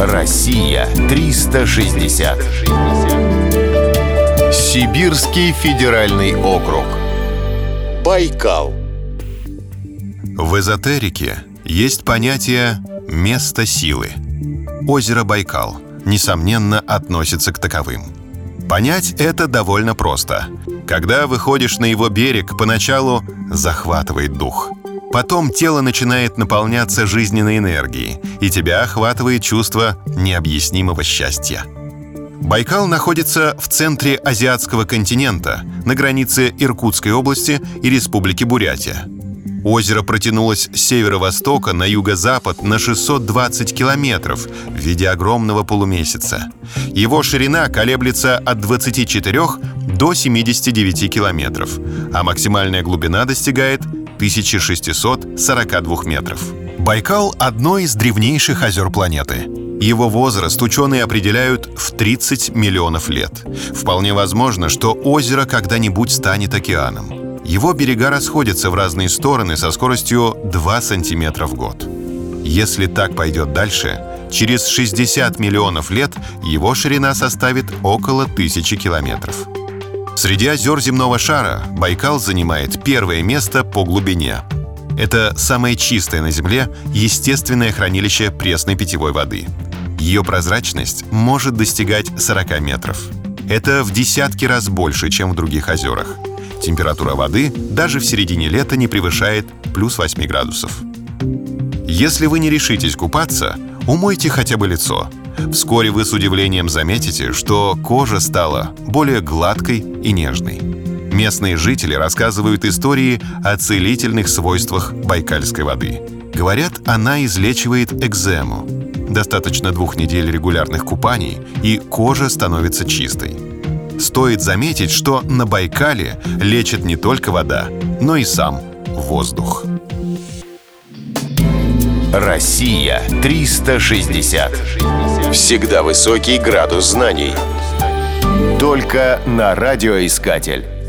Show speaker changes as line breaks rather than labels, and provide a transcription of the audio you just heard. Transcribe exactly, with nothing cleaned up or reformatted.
Россия триста шестьдесят. Сибирский федеральный округ. Байкал.
В эзотерике есть понятие «место силы». Озеро Байкал, несомненно, относится к таковым. Понять это довольно просто. Когда выходишь на его берег, поначалу захватывает дух. Потом тело начинает наполняться жизненной энергией, и тебя охватывает чувство необъяснимого счастья. Байкал находится в центре азиатского континента, на границе Иркутской области и Республики Бурятия. Озеро протянулось с северо-востока на юго-запад на шестьсот двадцать километров в виде огромного полумесяца. Его ширина колеблется от двадцати четырёх до семидесяти девяти километров, а максимальная глубина достигает тысячи шестисот сорока двух метров. Байкал — одно из древнейших озер планеты. Его возраст ученые определяют в тридцать миллионов лет. Вполне возможно, что озеро когда-нибудь станет океаном. Его берега расходятся в разные стороны со скоростью два сантиметра в год. Если так пойдет дальше, через шестьдесят миллионов лет его ширина составит около тысячи километров. Среди озер земного шара Байкал занимает первое место по глубине. Это самое чистое на Земле естественное хранилище пресной питьевой воды. Ее прозрачность может достигать сорока метров. Это в десятки раз больше, чем в других озерах. Температура воды даже в середине лета не превышает плюс восьми градусов. Если вы не решитесь купаться, умойте хотя бы лицо. Вскоре вы с удивлением заметите, что кожа стала более гладкой и нежной. Местные жители рассказывают истории о целительных свойствах байкальской воды. Говорят, она излечивает экзему. Достаточно двух недель регулярных купаний, и кожа становится чистой. Стоит заметить, что на Байкале лечит не только вода, но и сам воздух.
Россия триста шестьдесят. Всегда высокий градус знаний. Только на радиоискатель.